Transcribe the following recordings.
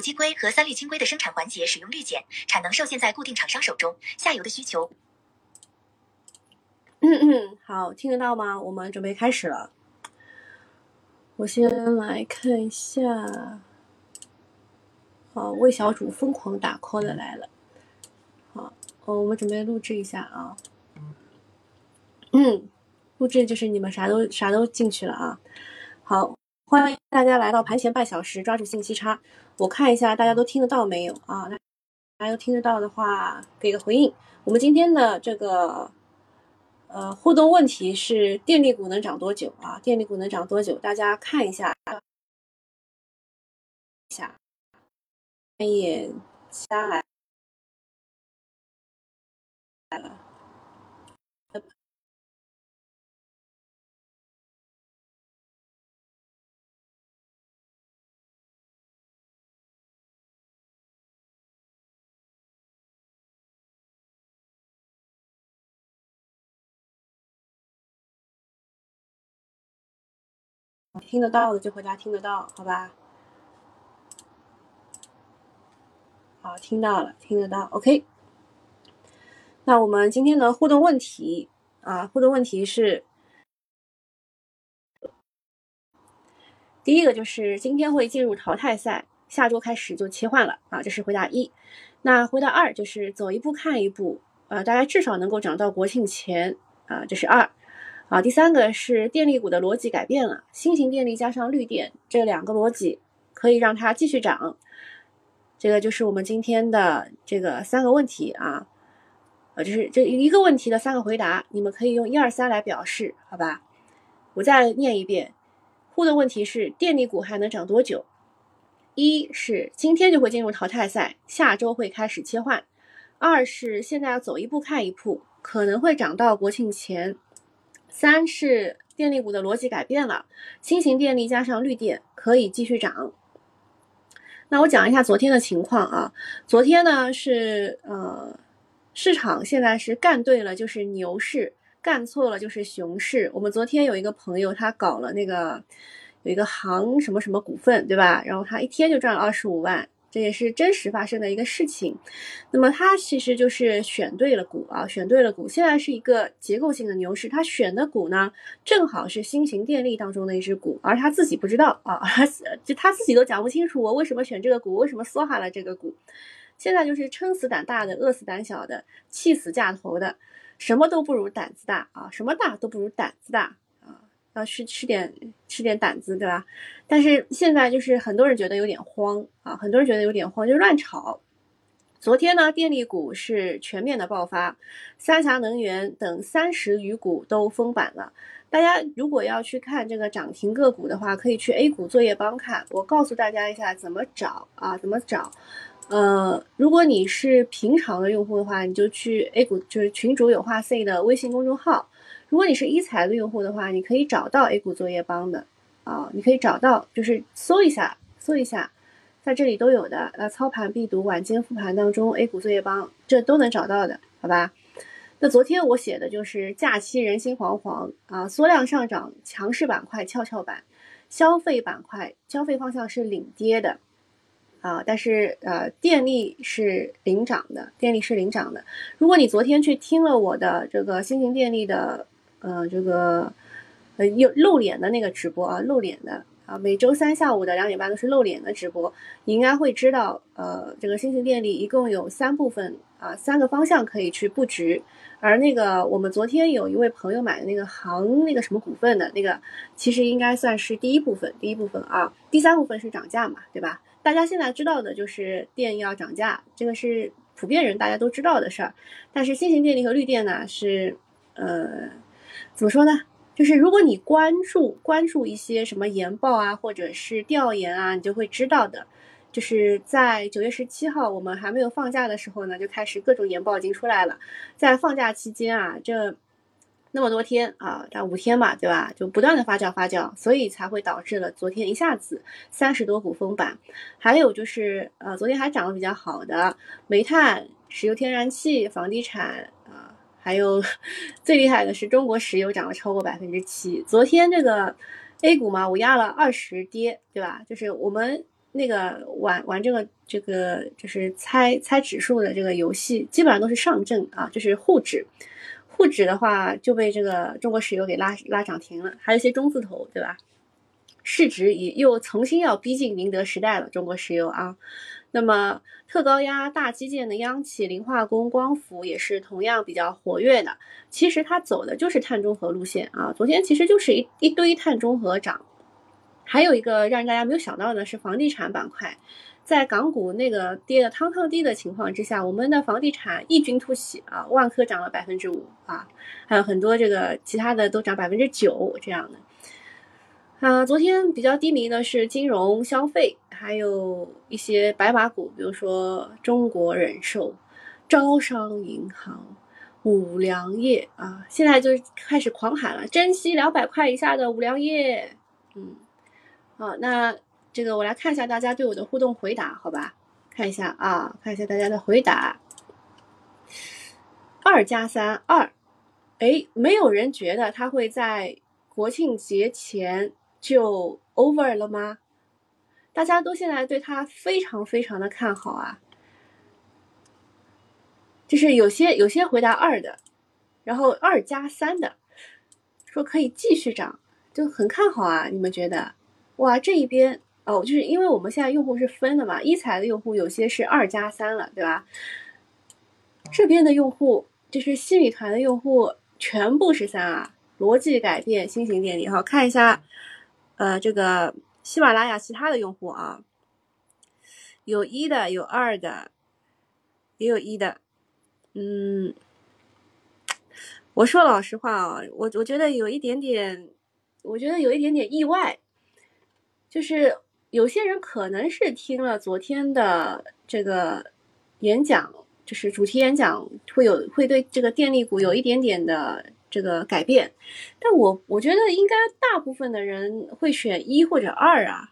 金硅和三氯氢硅的生产环节使用氯碱，产能受限在固定厂商手中，下游的需求。 好，听得到吗？我们准备开始了。我先来看一下。好，魏小主疯狂打 call 的来了。好，我们准备录制一下啊。录制就是你们啥都进去了啊。好，欢迎大家来到盘前半小时，抓住信息差。我看一下大家都听得到没有啊？大家都听得到的话，给个回应。我们今天的这个互动问题是电力股能涨多久啊？电力股能涨多久？大家看一下，看一眼下来了。听得到的就回答听得到，好吧？好，听到了，听得到 ，OK。那我们今天的互动问题是，第一个就是今天会进入淘汰赛，下周开始就切换了啊，这是回答一。那回答二就是走一步看一步，大概至少能够涨到国庆前啊，这是二。啊，第三个是电力股的逻辑改变了，新型电力加上绿电这两个逻辑可以让它继续涨。这个就是我们今天的这个三个问题啊，就是这一个问题的三个回答，你们可以用1、2、3来表示，好吧？我再念一遍，互动问题是电力股还能涨多久？一是今天就会进入淘汰赛，下周会开始切换。二是现在要走一步看一步，可能会涨到国庆前。三是电力股的逻辑改变了，新型电力加上绿电可以继续涨。那我讲一下昨天的情况啊，昨天呢是市场现在是干对了就是牛市，干错了就是熊市。我们昨天有一个朋友他搞了那个有一个行什么什么股份，对吧？然后他一天就赚了25万。这也是真实发生的一个事情。那么他其实就是选对了股啊，选对了股。现在是一个结构性的牛市，他选的股呢，正好是新型电力当中的一只股，而他自己不知道啊，就他自己都讲不清楚我为什么选这个股，为什么梭哈了这个股。现在就是撑死胆大的，饿死胆小的，气死架头的，什么都不如胆子大啊，什么大都不如胆子大。要吃点胆子，对吧？但是现在就是很多人觉得有点慌啊，很多人觉得有点慌，就乱炒。昨天呢，电力股是全面的爆发，三峡能源等30余股都封板了。大家如果要去看这个涨停个股的话，可以去 A 股作业帮看。我告诉大家一下怎么找啊，怎么找。如果你是平常的用户的话，你就去 A 股，就是群主有话 C 的微信公众号。如果你是一财的用户的话，你可以找到 A 股作业帮的啊，你可以找到，就是搜一下，在这里都有的。操盘必读、晚间复盘当中 ，A 股作业帮这都能找到的，好吧？那昨天我写的就是假期人心惶惶啊，缩量上涨，强势板块跷跷板，消费板块消费方向是领跌的。但是电力是领涨的，如果你昨天去听了我的这个新型电力的有露脸的那个直播啊，露脸的啊，每周三下午的2点半都是露脸的直播，你应该会知道这个新型电力一共有3部分啊，3个方向可以去布局。而那个我们昨天有一位朋友买的那个那个什么股份的那个，其实应该算是第一部分啊，第3部分是涨价嘛，对吧？大家现在知道的就是电要涨价，这个是普遍人大家都知道的事儿。但是新型电力和绿电呢是怎么说呢？就是如果你关注一些什么研报啊，或者是调研啊，你就会知道的。就是在9月17号我们还没有放假的时候呢，就开始各种研报已经出来了。在放假期间啊，这那么多天啊，大概5天吧，对吧？就不断的发酵，所以才会导致了昨天一下子30多股封板。还有就是昨天还涨得比较好的煤炭、石油天然气、房地产啊，还有最厉害的是中国石油涨了超过7%。昨天这个 A 股嘛，我压了20跌，对吧？就是我们那个玩这个就是猜指数的这个游戏，基本上都是上证啊，就是沪指。沪指的话就被这个中国石油给拉涨停了，还有一些中字头，对吧？市值又重新要逼近宁德时代了，中国石油啊。那么特高压大基建的央企磷化工、光伏也是同样比较活跃的。其实它走的就是碳中和路线啊，昨天其实就是一堆碳中和涨。还有一个让大家没有想到的是房地产板块，在港股那个跌的汤汤低的情况之下，我们的房地产异军突起啊，万科涨了5%啊，还有很多这个其他的都涨9%这样的。昨天比较低迷的是金融、消费，还有一些白马股，比如说中国人寿、招商银行、五粮液啊，现在就开始狂喊了，珍惜200块以下的五粮液。好，那这个我来看一下大家对我的互动回答，好吧？看一下大家的回答。2+3 2，没有人觉得它会在国庆节前就 over 了吗？大家都现在对它非常非常的看好啊。就是有些回答2的，然后2+3的说可以继续涨，就很看好啊。你们觉得？哇，这一边就是因为我们现在用户是分的嘛，一财的用户有些是2+3了，对吧？这边的用户就是西米团的用户全部是3啊，逻辑改变，新型电力。好，看一下这个喜马拉雅其他的用户啊，有1的，有2的，也有1的。我说老实话啊，我觉得有一点点意外，就是有些人可能是听了昨天的这个演讲，就是主题演讲会对这个电力股有一点点的这个改变，但我觉得应该大部分的人会选1或者2啊。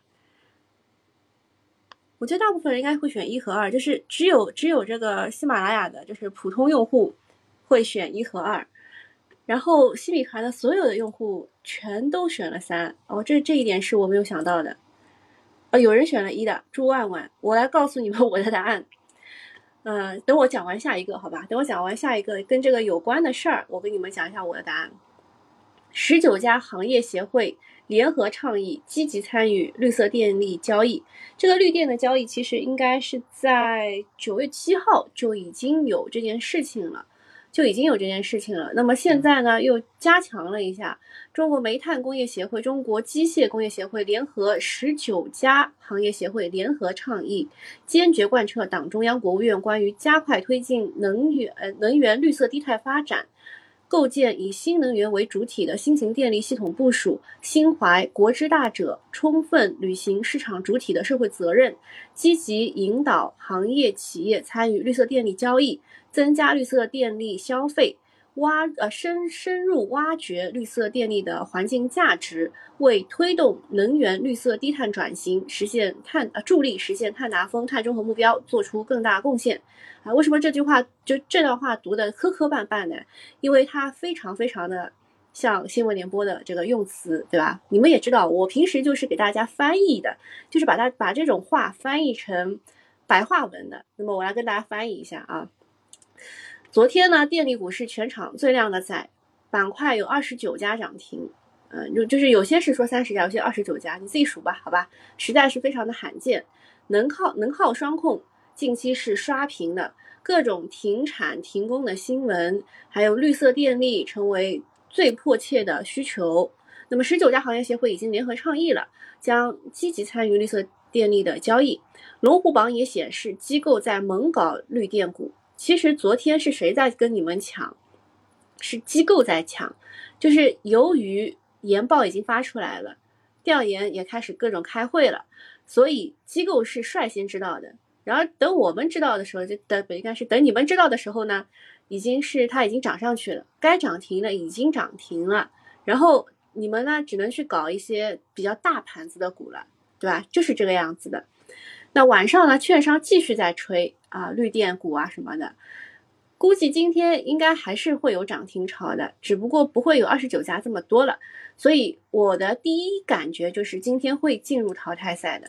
我觉得大部分人应该会选1和2，就是只有这个喜马拉雅的就是普通用户会选1和2，然后西米团的所有的用户全都选了3。这一点是我没有想到的。有人选了1的，朱万万。我来告诉你们我的答案。等我讲完下一个，好吧？等我讲完下一个跟这个有关的事儿，我跟你们讲一下我的答案。19家行业协会联合倡议，积极参与绿色电力交易。这个绿电的交易其实应该是在9月7号就已经有这件事情了。那么现在呢，又加强了一下。中国煤炭工业协会、中国机械工业协会联合19家行业协会联合倡议，坚决贯彻党中央、国务院关于加快推进能源绿色低碳发展，构建以新能源为主体的新型电力系统部署，心怀国之大者，充分履行市场主体的社会责任，积极引导行业企业参与绿色电力交易，增加绿色电力消费，深入挖掘绿色电力的环境价值，为推动能源绿色低碳转型，助力实现碳达峰、碳中和目标做出更大贡献。为什么这段话读的磕磕绊绊呢？因为它非常非常的像新闻联播的这个用词，对吧？你们也知道，我平时就是给大家翻译的，就是把这种话翻译成白话文的。那么我来跟大家翻译一下啊。昨天呢，电力股是全场最靓的仔，板块有29家涨停，就是有些是说30家，有些29家，你自己数吧，好吧，实在是非常的罕见。能耗双控近期是刷屏的，各种停产停工的新闻，还有绿色电力成为最迫切的需求。那么19家行业协会已经联合倡议了，将积极参与绿色电力的交易。龙虎榜也显示，机构在猛搞绿电股。其实昨天是谁在跟你们抢？是机构在抢，就是由于研报已经发出来了，调研也开始各种开会了，所以机构是率先知道的。然后等我们知道的时候，应该是等你们知道的时候呢，它已经涨上去了，该涨停了已经涨停了，然后你们呢只能去搞一些比较大盘子的股了，对吧？就是这个样子的。那晚上呢，券商继续在吹绿电股什么的，估计今天应该还是会有涨停潮的，只不过不会有29家这么多了。所以我的第一感觉就是今天会进入淘汰赛的。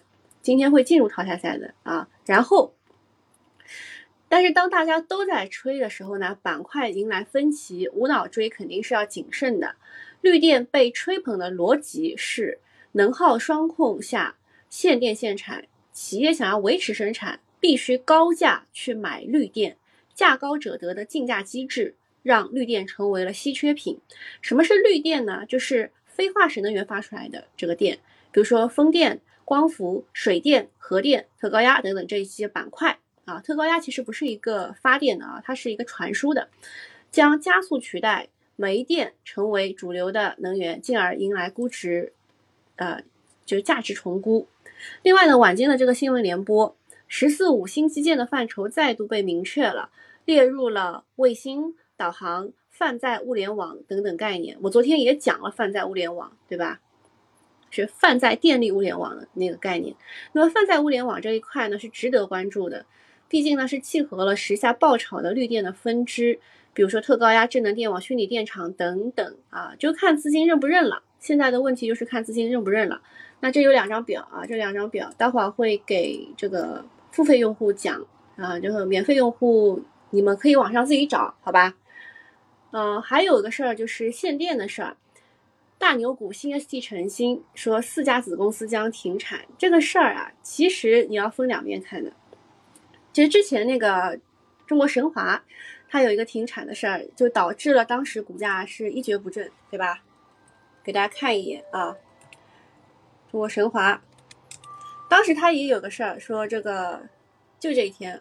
今天会进入淘汰赛的啊。然后，但是当大家都在吹的时候呢，板块迎来分歧，无脑追肯定是要谨慎的。绿电被吹捧的逻辑是能耗双控下限电限产，企业想要维持生产，必须高价去买绿电，价高者得的竞价机制让绿电成为了稀缺品。什么是绿电呢？就是非化石能源发出来的这个电，比如说风电、光伏、水电、核电、特高压等等这一些板块啊。特高压其实不是一个发电的啊，它是一个传输的，将加速取代煤电成为主流的能源，进而迎来估值就是价值重估。另外呢，晚间的这个新闻联播，“十四五”新基建的范畴再度被明确了，列入了卫星、导航、泛在物联网等等概念。我昨天也讲了泛在物联网，对吧？是泛在电力物联网的那个概念。那么泛在物联网这一块呢，是值得关注的，毕竟呢是契合了时下爆炒的绿电的分支，比如说特高压智能电网、虚拟电厂等等啊，就看资金认不认了。现在的问题就是看资金认不认了。那这有2张表啊，这2张表待会儿会给这个付费用户讲啊，就是免费用户你们可以网上自己找，好吧？还有个事儿就是限电的事儿，大牛股新 ST 晨星说4家子公司将停产，这个事儿啊，其实你要分两面看的。其实之前那个中国神华，它有一个停产的事儿，就导致了当时股价是一蹶不振，对吧？给大家看一眼啊，中国神华，当时它也有个事儿，说这个就这一天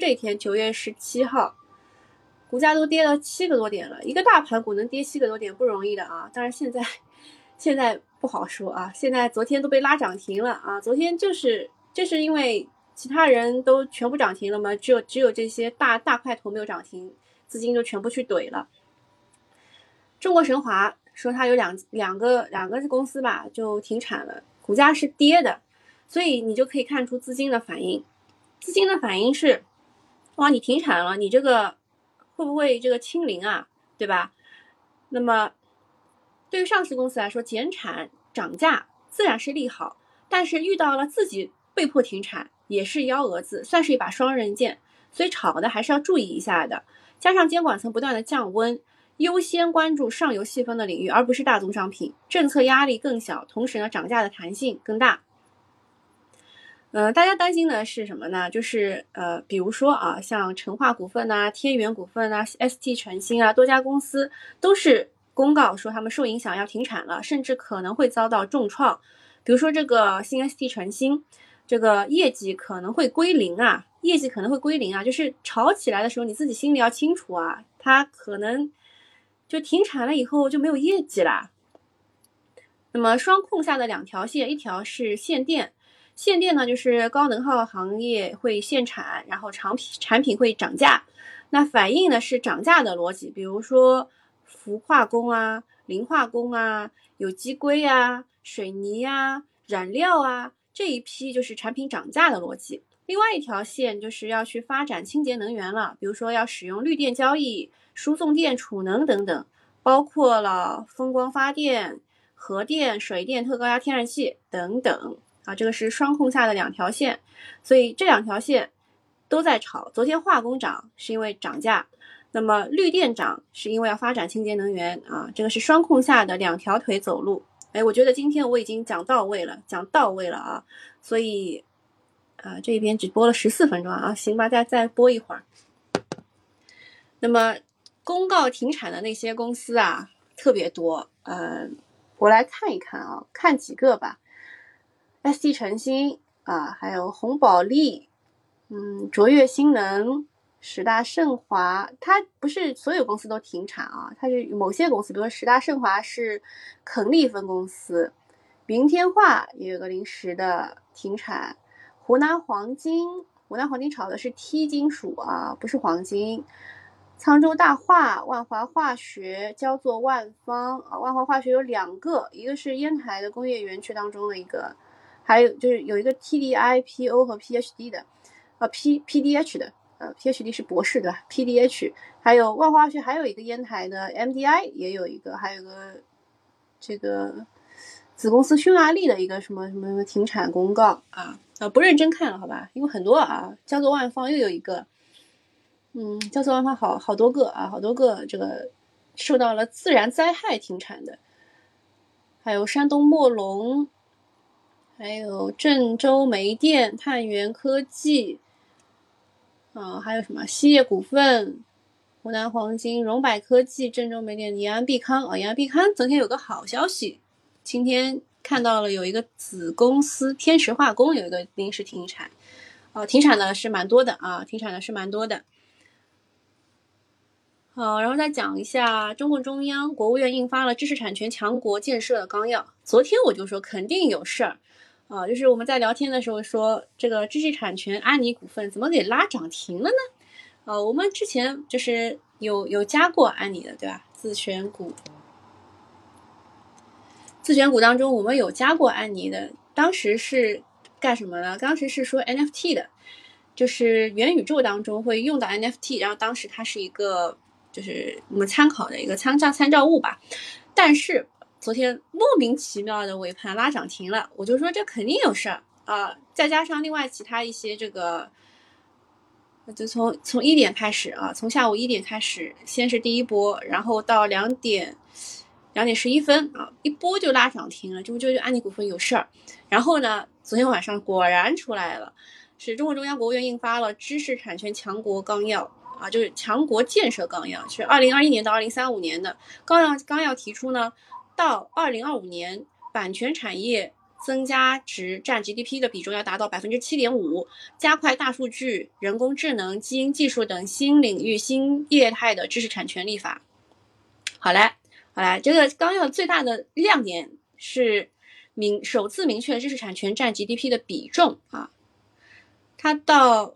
9月17号，股价都跌了7个多点了，一个大盘股能跌7个多点不容易的啊。当然现在不好说啊，现在昨天都被拉涨停了啊，昨天就是因为其他人都全部涨停了嘛，只有这些大块头没有涨停，资金就全部去怼了。中国神华说它有两个公司吧，就停产了，股价是跌的，所以你就可以看出资金的反应。资金的反应是，哇，你停产了，你这个会不会这个清零啊，对吧？那么对于上市公司来说，减产涨价自然是利好，但是遇到了自己被迫停产，也是幺蛾子，算是一把双刃剑，所以炒的还是要注意一下的。加上监管层不断的降温，优先关注上游细分的领域，而不是大宗商品，政策压力更小，同时呢，涨价的弹性更大。大家担心的是什么呢？就是比如说啊，像成化股份啊、天元股份啊、ST 晨星啊，多家公司都是公告说他们受影响要停产了，甚至可能会遭到重创。比如说这个新 ST 晨星，这个业绩可能会归零啊，就是炒起来的时候你自己心里要清楚啊，它可能就停产了以后就没有业绩啦。那么双控下的2条线，一条是限电。限电呢，就是高能耗行业会限产，然后产品会涨价。那反映的是涨价的逻辑，比如说氟化工啊、磷化工啊、有机硅啊、水泥啊、染料啊，这一批就是产品涨价的逻辑。另外一条线就是要去发展清洁能源了，比如说要使用绿电交易、输送电储能等等，包括了风光发电、核电、水电、特高压天然气等等。啊，这个是双控下的2条线，所以这2条线都在炒。昨天化工涨是因为涨价，那么绿电涨是因为要发展清洁能源啊，这个是双控下的2条腿走路。我觉得今天我已经讲到位了啊，所以这一边只播了14分钟啊，行吧，再播一会儿。那么公告停产的那些公司啊特别多，我来看一看啊，看几个吧。ST 晨星啊，还有红宝利，卓越新能、十大盛华，它不是所有公司都停产啊，它是某些公司，比如说十大盛华是肯利分公司，明天化也有个临时的停产，湖南黄金炒的是 T 金属啊，不是黄金。沧州大化、万华化学、焦作万方啊，万华化学有2个，一个是烟台的工业园区当中的一个。还有就是有一个 TDI、PO 和 PhD 的，PDH 的，PhD 是博士的 PDH， 还有万华化学还有一个烟台的 MDI 也有一个，还有个这个子公司匈牙利的一个什么什么停产公告啊，不认真看了好吧，因为很多啊，焦作万方又有一个，焦作万方好多个啊，好多个这个受到了自然灾害停产的，还有山东墨龙，还有郑州煤电、探源科技还有什么锡业股份、湖南黄金、荣百科技、郑州煤电、延安必康延安必康昨天有个好消息，今天看到了有一个子公司天石化工有一个临时停产，停产的是蛮多的好，然后再讲一下中共中央、国务院印发了知识产权强国建设的纲要。昨天我就说肯定有事儿就是我们在聊天的时候说，这个知识产权安妮股份怎么给拉涨停了呢？我们之前就是有加过安妮的，对吧？自选股当中我们有加过安妮的，当时是干什么呢？当时是说 NFT 的，就是元宇宙当中会用到 NFT， 然后当时它是一个就是我们参考的一个参照物吧。但是昨天莫名其妙的尾盘拉涨停了，我就说这肯定有事儿再加上另外其他一些这个，就从1点开始从下午1点开始，先是第一波，然后到2点11分一波就拉涨停了，就安妮股份有事儿。然后呢，昨天晚上果然出来了，是中共中央国务院印发了知识产权强国纲要就是强国建设纲要，是2021年到2035年的纲要提出呢，到2025年版权产业增加值占 GDP 的比重要达到 7.5%， 加快大数据、人工智能、基因技术等新领域新业态的知识产权立法。好嘞，这个纲要最大的亮点是首次明确知识产权占 GDP 的比重它到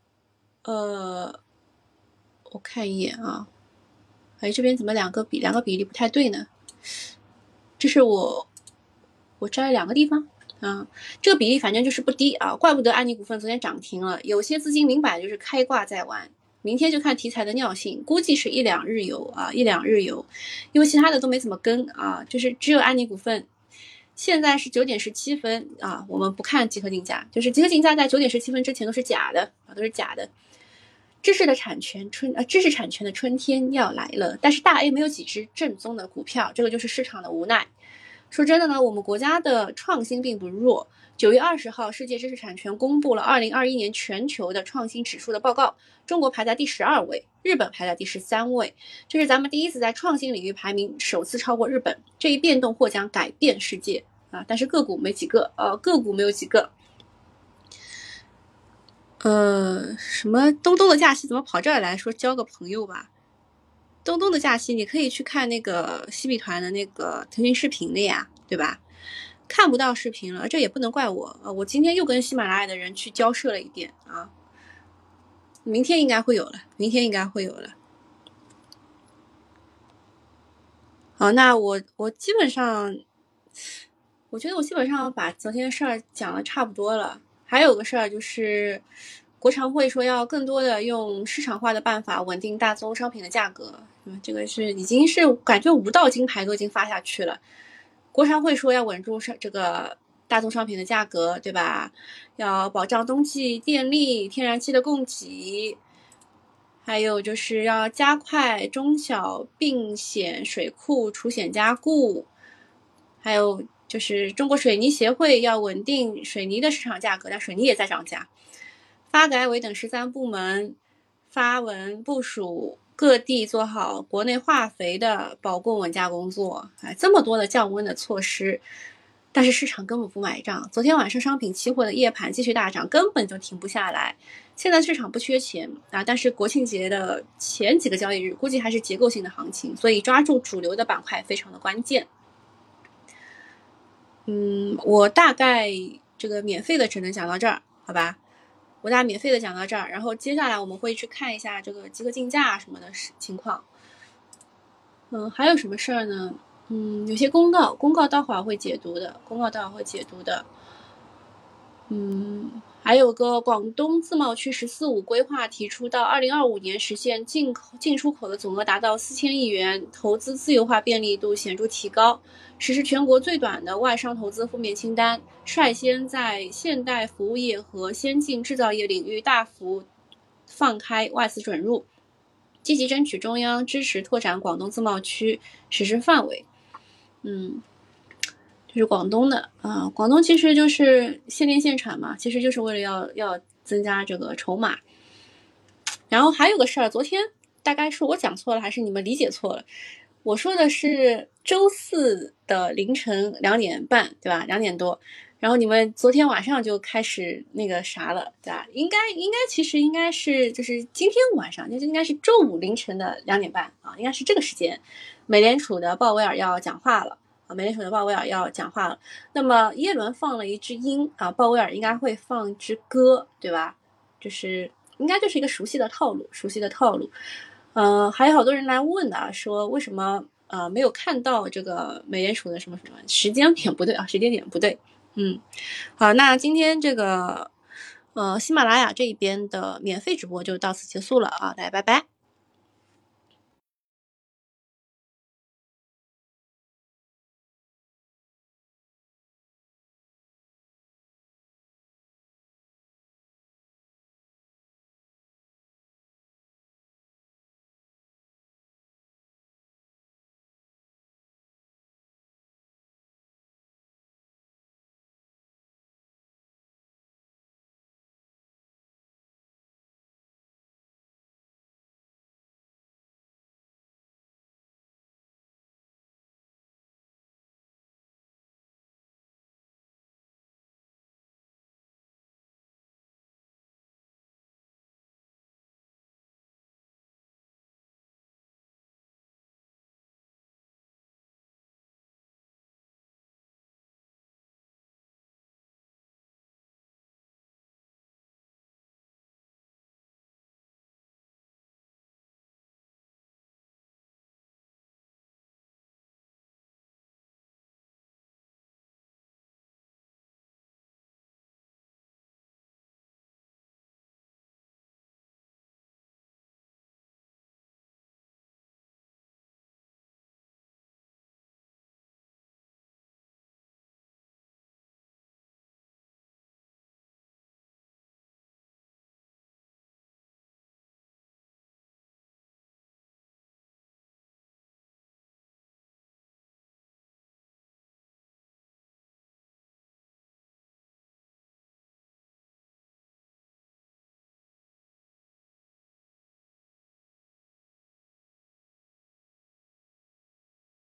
我看一眼这边怎么两个比例不太对呢？这是我摘了2个地方这个比例反正就是不低怪不得安妮股份昨天涨停了。有些资金明摆就是开挂在玩，明天就看题材的尿性，估计是1两日游因为其他的都没怎么跟就是只有安妮股份。现在是9点17分我们不看集合竞价，就是集合竞价在9点17分之前都是假的知识产权的春天要来了，但是大 A 没有几只正宗的股票，这个就是市场的无奈。说真的呢，我们国家的创新并不弱。9月20号，世界知识产权公布了2021年全球的创新指数的报告，中国排在第12位，日本排在第13位，这是咱们第一次在创新领域排名首次超过日本。这一变动或将改变世界但是个股没有几个。什么东东的假期怎么跑这儿来说交个朋友吧？东东的假期你可以去看那个西比团的那个腾讯视频的呀，对吧？看不到视频了，这也不能怪我我今天又跟喜马拉雅的人去交涉了一遍明天应该会有了。好，那我基本上，我觉得我基本上把昨天的事儿讲的差不多了。还有个事儿就是，国常会说要更多的用市场化的办法稳定大宗商品的价格，这个是已经是感觉5道金牌都已经发下去了。国常会说要稳住这个大宗商品的价格，对吧？要保障冬季电力、天然气的供给，还有就是要加快中小并险水库除险加固，还有就是中国水泥协会要稳定水泥的市场价格，但水泥也在涨价。发改委等13部门发文部署各地做好国内化肥的保供稳价工作这么多的降温的措施，但是市场根本不买账。昨天晚上商品期货的夜盘继续大涨，根本就停不下来。现在市场不缺钱但是国庆节的前几个交易日估计还是结构性的行情，所以抓住主流的板块非常的关键。我大概这个免费的只能讲到这儿，好吧？我大概免费的讲到这儿，然后接下来我们会去看一下这个集合竞价什么的情况。还有什么事儿呢？有些公告待会儿会解读的， 还有个广东自贸区“十四五”规划提出，到2025年实现进出口的总额达到4000亿元，投资自由化便利度显著提高，实施全国最短的外商投资负面清单，率先在现代服务业和先进制造业领域大幅放开外资准入，积极争取中央支持拓展广东自贸区实施范围。这是广东的啊，广东其实就是限电限产嘛，其实就是为了要增加这个筹码。然后还有个事儿，昨天大概是我讲错了，还是你们理解错了？我说的是周四的凌晨2点半，对吧？2点多，然后你们昨天晚上就开始那个啥了，对吧？其实应该是就是今天晚上，就应该是周五凌晨的2点半啊，应该是这个时间，美联储的鲍威尔要讲话了。那么耶伦放了一支鹰啊，鲍威尔应该会放一支鸽，对吧？就是应该就是一个熟悉的套路。还有好多人来问的啊，说为什么没有看到这个美联储的什么时间点不对啊？时间点不对。好，那今天这个喜马拉雅这一边的免费直播就到此结束了啊，大家拜拜。